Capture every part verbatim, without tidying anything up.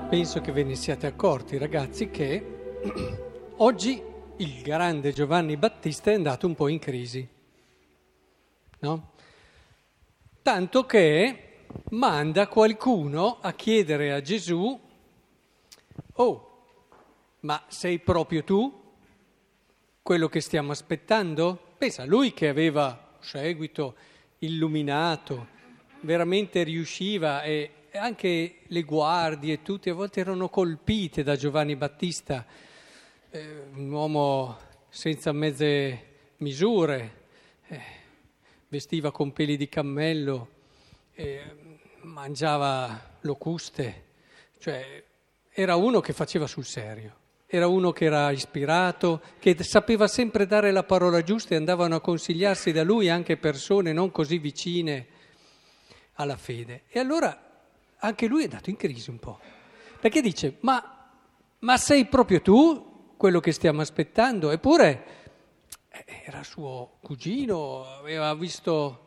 Penso che ve ne siate accorti, ragazzi, che oggi il grande Giovanni Battista è andato un po' in crisi, no? Tanto che manda qualcuno a chiedere a Gesù: oh, ma sei proprio tu quello che stiamo aspettando? Pensa, lui che aveva un seguito illuminato, veramente riusciva, e anche le guardie, tutte a volte erano colpite da Giovanni Battista, eh, un uomo senza mezze misure, eh, vestiva con peli di cammello, eh, mangiava locuste, cioè era uno che faceva sul serio, era uno che era ispirato, che sapeva sempre dare la parola giusta, e andavano a consigliarsi da lui anche persone non così vicine alla fede. E allora anche lui è andato in crisi un po', perché dice: ma, ma sei proprio tu quello che stiamo aspettando? Eppure eh, era suo cugino, aveva visto...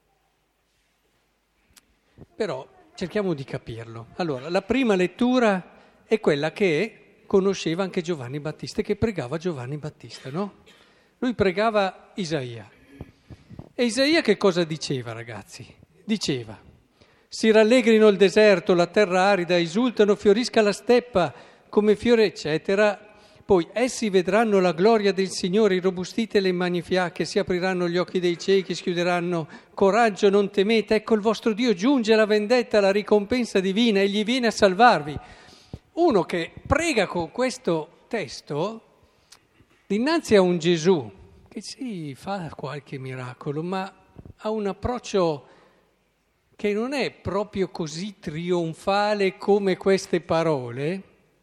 Però cerchiamo di capirlo. Allora, la prima lettura è quella che conosceva anche Giovanni Battista, che pregava Giovanni Battista, no? Lui pregava Isaia. E Isaia che cosa diceva, ragazzi? Diceva: si rallegrino il deserto, la terra arida, esultano, fiorisca la steppa come fiore, eccetera. Poi essi vedranno la gloria del Signore, irrobustite le mani fiacche, si apriranno gli occhi dei ciechi, schiuderanno. Coraggio, non temete, ecco il vostro Dio, giunge la vendetta, la ricompensa divina, egli viene a salvarvi. Uno che prega con questo testo dinanzi a un Gesù che sì, fa qualche miracolo, ma ha un approccio che non è proprio così trionfale come queste parole,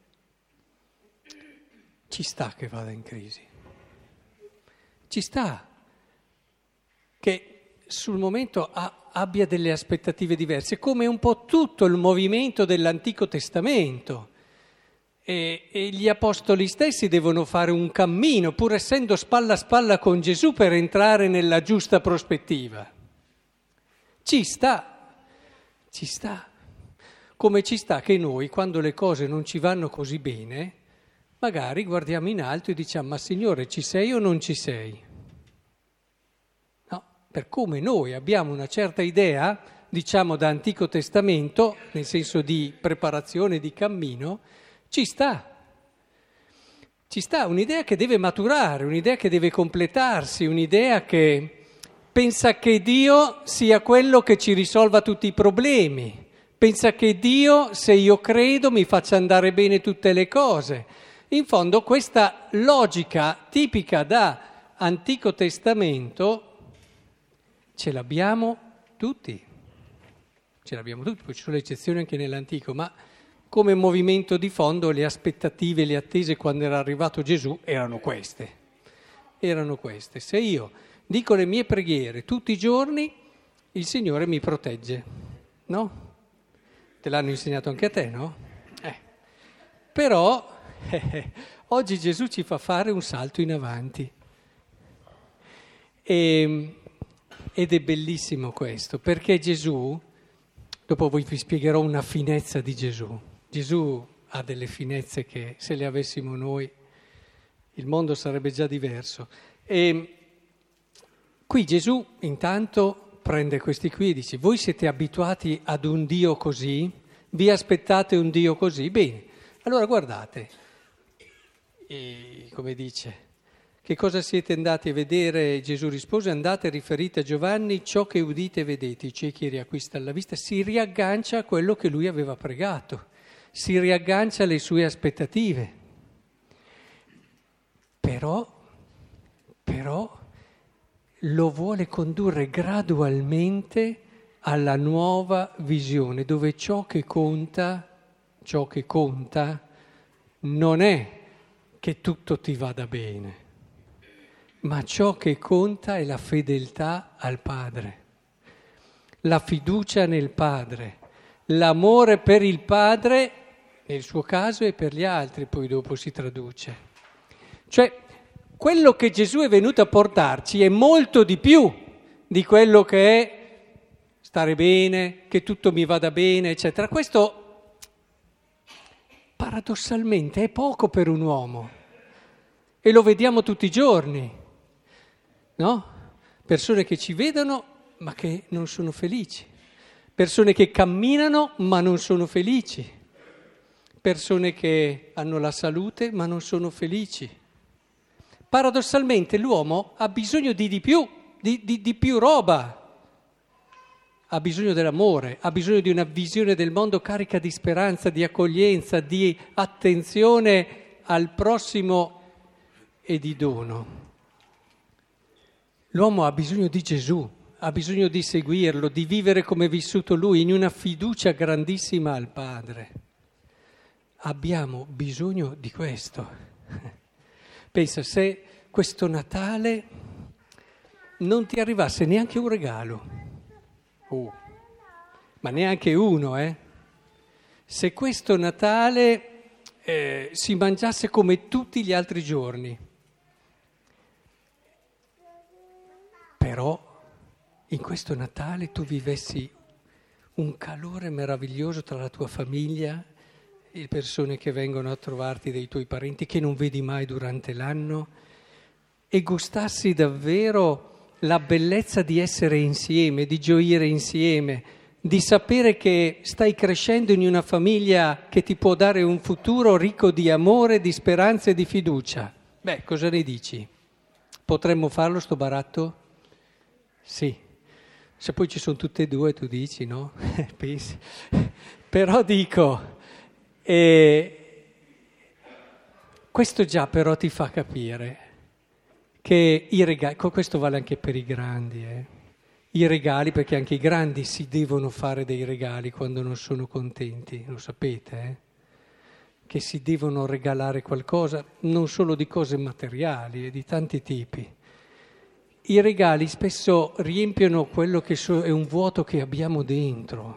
ci sta che vada in crisi. Ci sta che sul momento ha, abbia delle aspettative diverse, come un po' tutto il movimento dell'Antico Testamento. E, e gli apostoli stessi devono fare un cammino, pur essendo spalla a spalla con Gesù, per entrare nella giusta prospettiva. Ci sta. Ci sta, come ci sta che noi, quando le cose non ci vanno così bene, magari guardiamo in alto e diciamo: ma Signore, ci sei o non ci sei? No, per come noi abbiamo una certa idea, diciamo da Antico Testamento, nel senso di preparazione, di cammino, ci sta. Ci sta un'idea che deve maturare, un'idea che deve completarsi, un'idea che... pensa che Dio sia quello che ci risolva tutti i problemi, pensa che Dio, se io credo, mi faccia andare bene tutte le cose. In fondo questa logica tipica da Antico Testamento ce l'abbiamo tutti, ce l'abbiamo tutti, poi ci sono le eccezioni anche nell'Antico, ma come movimento di fondo le aspettative, le attese quando era arrivato Gesù erano queste, erano queste. Se io dico le mie preghiere tutti i giorni, il Signore mi protegge, no? Te l'hanno insegnato anche a te, no? Eh. Però eh, oggi Gesù ci fa fare un salto in avanti. E, ed è bellissimo questo, perché Gesù, dopo vi spiegherò una finezza di Gesù. Gesù ha delle finezze che, se le avessimo noi, il mondo sarebbe già diverso. E qui Gesù intanto prende questi qui e dice: voi siete abituati ad un Dio così? Vi aspettate un Dio così? Bene, allora guardate, e, come dice, che cosa siete andati a vedere? Gesù rispose: andate e riferite a Giovanni ciò che udite e vedete, i ciechi riacquistano la vista. Si riaggancia a quello che lui aveva pregato, si riaggancia alle sue aspettative. Però, però... lo vuole condurre gradualmente alla nuova visione, dove ciò che conta, ciò che conta non è che tutto ti vada bene, ma ciò che conta è la fedeltà al Padre, la fiducia nel Padre, l'amore per il Padre, nel suo caso, e per gli altri, poi dopo si traduce. Cioè, quello che Gesù è venuto a portarci è molto di più di quello che è stare bene, che tutto mi vada bene, eccetera. Questo paradossalmente è poco per un uomo e lo vediamo tutti i giorni, no? Persone che ci vedono ma che non sono felici, persone che camminano ma non sono felici, persone che hanno la salute ma non sono felici. Paradossalmente l'uomo ha bisogno di di più, di, di, di più roba. Ha bisogno dell'amore, ha bisogno di una visione del mondo carica di speranza, di accoglienza, di attenzione al prossimo e di dono. L'uomo ha bisogno di Gesù, ha bisogno di seguirlo, di vivere come è vissuto lui, in una fiducia grandissima al Padre. Abbiamo bisogno di questo. Pensa, se questo Natale non ti arrivasse neanche un regalo, Uh, ma neanche uno, eh? Se questo Natale eh, si mangiasse come tutti gli altri giorni, però in questo Natale tu vivessi un calore meraviglioso tra la tua famiglia, le persone che vengono a trovarti, dei tuoi parenti che non vedi mai durante l'anno, e gustassi davvero la bellezza di essere insieme, di gioire insieme, di sapere che stai crescendo in una famiglia che ti può dare un futuro ricco di amore, di speranza e di fiducia. Beh, cosa ne dici? Potremmo farlo sto baratto? Sì. Se poi ci sono tutte e due, tu dici, no? Pensi. Però dico, eh, questo già però ti fa capire che i regali, questo vale anche per i grandi, eh. I regali, perché anche i grandi si devono fare dei regali quando non sono contenti, lo sapete, eh? Che si devono regalare qualcosa, non solo di cose materiali, di tanti tipi. I regali spesso riempiono quello che so, è un vuoto che abbiamo dentro.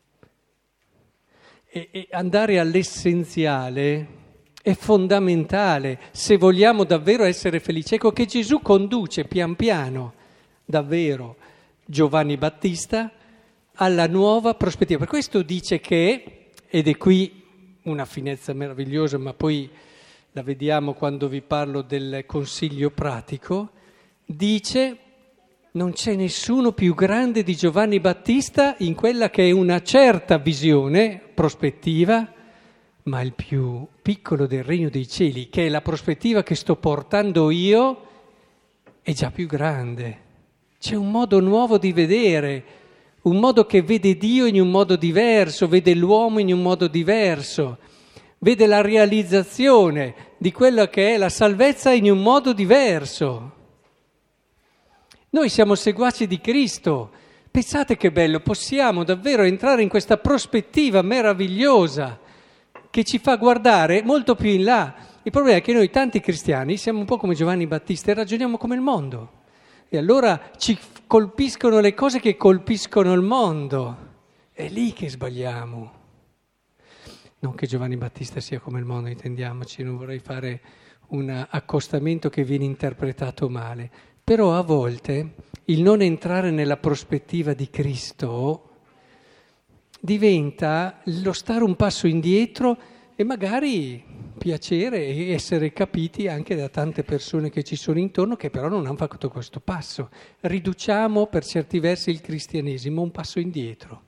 E, e andare all'essenziale è fondamentale se vogliamo davvero essere felici. Ecco che Gesù conduce pian piano davvero Giovanni Battista alla nuova prospettiva. Per questo dice che, ed è qui una finezza meravigliosa, ma poi la vediamo quando vi parlo del consiglio pratico, dice: non c'è nessuno più grande di Giovanni Battista in quella che è una certa visione, prospettiva, ma il più piccolo del regno dei cieli, che è la prospettiva che sto portando io, è già più grande. C'è un modo nuovo di vedere, un modo che vede Dio in un modo diverso, vede l'uomo in un modo diverso, vede la realizzazione di quella che è la salvezza in un modo diverso. Noi siamo seguaci di Cristo. Pensate che bello, possiamo davvero entrare in questa prospettiva meravigliosa che ci fa guardare molto più in là. Il problema è che noi tanti cristiani siamo un po' come Giovanni Battista e ragioniamo come il mondo. E allora ci colpiscono le cose che colpiscono il mondo. È lì che sbagliamo. Non che Giovanni Battista sia come il mondo, intendiamoci, non vorrei fare un accostamento che viene interpretato male. Però a volte il non entrare nella prospettiva di Cristo diventa lo stare un passo indietro e magari piacere e essere capiti anche da tante persone che ci sono intorno che però non hanno fatto questo passo. Riduciamo per certi versi il cristianesimo un passo indietro.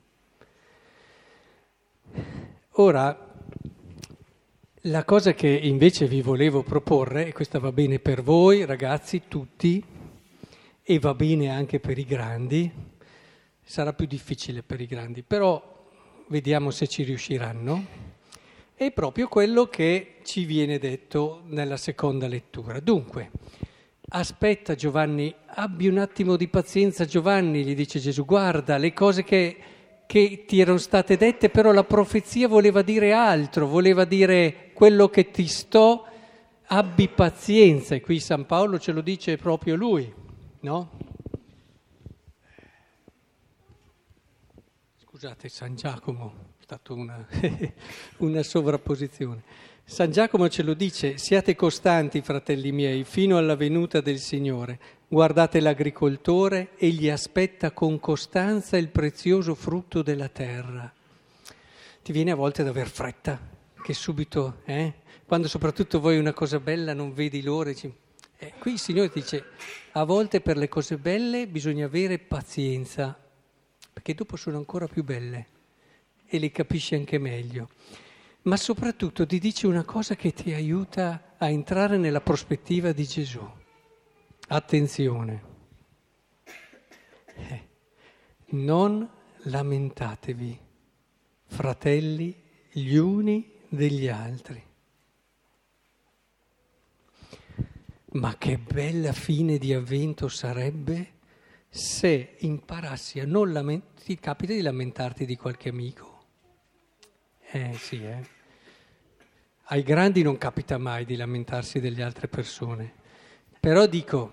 Ora, la cosa che invece vi volevo proporre, e questa va bene per voi ragazzi tutti e va bene anche per i grandi, sarà più difficile per i grandi, però vediamo se ci riusciranno, è proprio quello che ci viene detto nella seconda lettura. Dunque, aspetta Giovanni, abbi un attimo di pazienza Giovanni, gli dice Gesù, guarda le cose che, che ti erano state dette, però la profezia voleva dire altro, voleva dire quello che ti sto, abbi pazienza, e qui San Paolo ce lo dice proprio lui, no? Scusate, San Giacomo, è stata una, una sovrapposizione. San Giacomo ce lo dice, siate costanti, fratelli miei, fino alla venuta del Signore. Guardate l'agricoltore, egli aspetta con costanza il prezioso frutto della terra. Ti viene a volte ad aver fretta, che subito, eh, quando soprattutto vuoi una cosa bella non vedi l'ora. Ci... Eh, qui il Signore dice, a volte per le cose belle bisogna avere pazienza, perché dopo sono ancora più belle e le capisci anche meglio. Ma soprattutto ti dice una cosa che ti aiuta a entrare nella prospettiva di Gesù. Attenzione, eh, non lamentatevi, fratelli, gli uni degli altri. Ma che bella fine di avvento sarebbe se imparassi a non lamentarti. Ti capita di lamentarti di qualche amico? Eh sì, eh. Ai grandi non capita mai di lamentarsi delle altre persone. Però dico,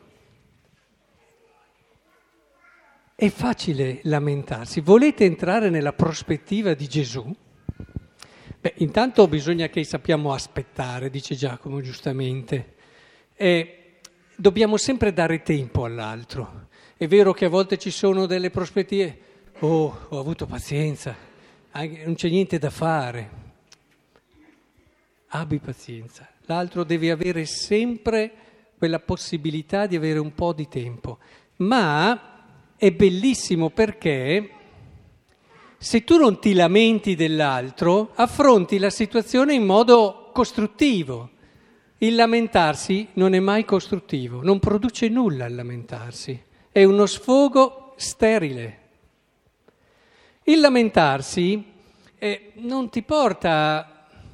è facile lamentarsi. Volete entrare nella prospettiva di Gesù? Beh, intanto bisogna che sappiamo aspettare, dice Giacomo giustamente. E dobbiamo sempre dare tempo all'altro. È vero che a volte ci sono delle prospettive, oh, ho avuto pazienza, non c'è niente da fare. Abbi pazienza. L'altro deve avere sempre quella possibilità di avere un po' di tempo. Ma è bellissimo perché se tu non ti lamenti dell'altro, affronti la situazione in modo costruttivo. Il lamentarsi non è mai costruttivo, non produce nulla il lamentarsi, è uno sfogo sterile. Il lamentarsi eh, non ti porta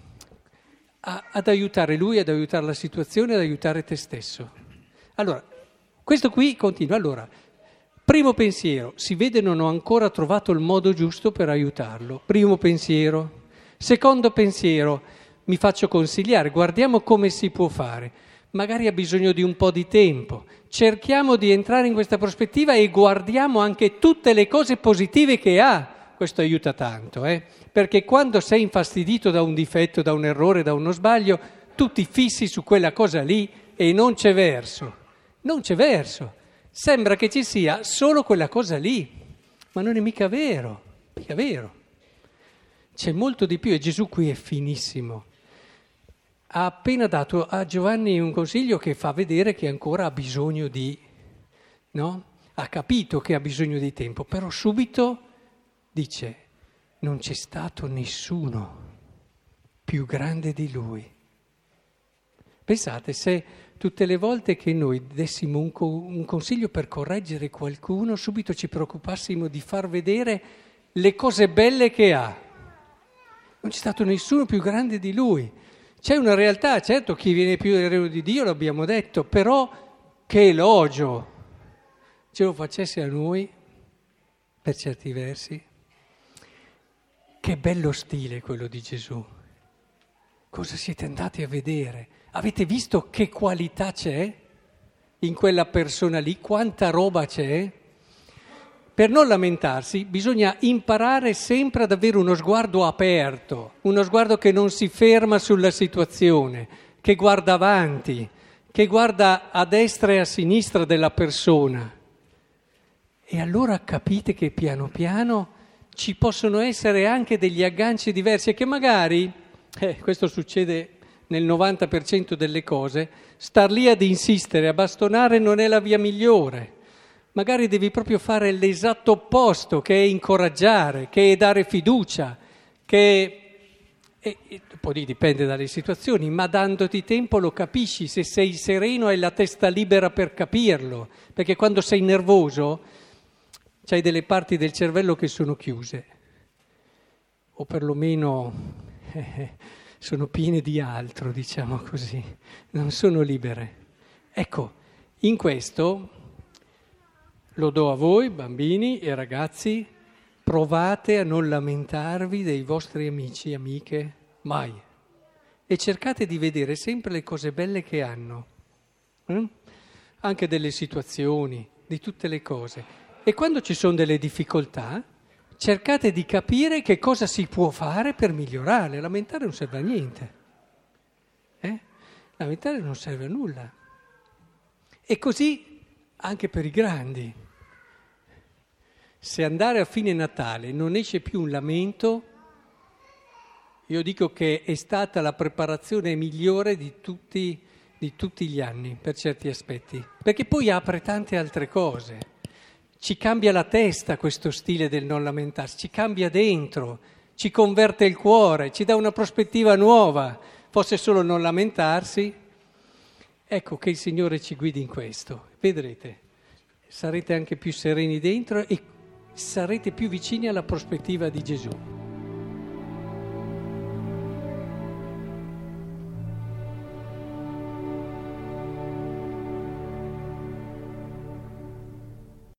a, ad aiutare lui, ad aiutare la situazione, ad aiutare te stesso. Allora, questo qui continua. Allora, primo pensiero, si vede non ho ancora trovato il modo giusto per aiutarlo. Primo pensiero. Secondo pensiero, mi faccio consigliare, guardiamo come si può fare. Magari ha bisogno di un po' di tempo. Cerchiamo di entrare in questa prospettiva e guardiamo anche tutte le cose positive che ha. Questo aiuta tanto, eh? Perché quando sei infastidito da un difetto, da un errore, da uno sbaglio, tu ti fissi su quella cosa lì e non c'è verso. Non c'è verso. Sembra che ci sia solo quella cosa lì, ma non è mica vero, mica vero. C'è molto di più e Gesù qui è finissimo. Ha appena dato a Giovanni un consiglio che fa vedere che ancora ha bisogno di, no? Ha capito che ha bisogno di tempo, però subito dice, non c'è stato nessuno più grande di lui. Pensate, se tutte le volte che noi dessimo un, co- un consiglio per correggere qualcuno, subito ci preoccupassimo di far vedere le cose belle che ha. Non c'è stato nessuno più grande di lui. C'è una realtà, certo, chi viene più nel regno di Dio, l'abbiamo detto, però che elogio ce lo facesse a noi, per certi versi. Che bello stile quello di Gesù. Cosa siete andati a vedere? Avete visto che qualità c'è in quella persona lì? Quanta roba c'è? Per non lamentarsi bisogna imparare sempre ad avere uno sguardo aperto, uno sguardo che non si ferma sulla situazione, che guarda avanti, che guarda a destra e a sinistra della persona. E allora capite che piano piano ci possono essere anche degli agganci diversi e che magari, eh, questo succede nel novanta per cento delle cose, star lì ad insistere, a bastonare non è la via migliore. Magari devi proprio fare l'esatto opposto, che è incoraggiare, che è dare fiducia, che e, e, poi dipende dalle situazioni, ma dandoti tempo lo capisci, se sei sereno hai la testa libera per capirlo, perché quando sei nervoso c'hai delle parti del cervello che sono chiuse, o perlomeno eh, sono piene di altro, diciamo così, non sono libere. Ecco, in questo lo do a voi, bambini e ragazzi, provate a non lamentarvi dei vostri amici e amiche, mai. E cercate di vedere sempre le cose belle che hanno, eh? Anche delle situazioni, di tutte le cose. E quando ci sono delle difficoltà, cercate di capire che cosa si può fare per migliorare. Lamentare non serve a niente. Eh? Lamentare non serve a nulla. E così anche per i grandi. Se andare a fine Natale non esce più un lamento, io dico che è stata la preparazione migliore di tutti, di tutti gli anni, per certi aspetti, perché poi apre tante altre cose. Ci cambia la testa questo stile del non lamentarsi, ci cambia dentro, ci converte il cuore, ci dà una prospettiva nuova. Fosse solo non lamentarsi, ecco che il Signore ci guidi in questo. Vedrete, sarete anche più sereni dentro e sarete più vicini alla prospettiva di Gesù.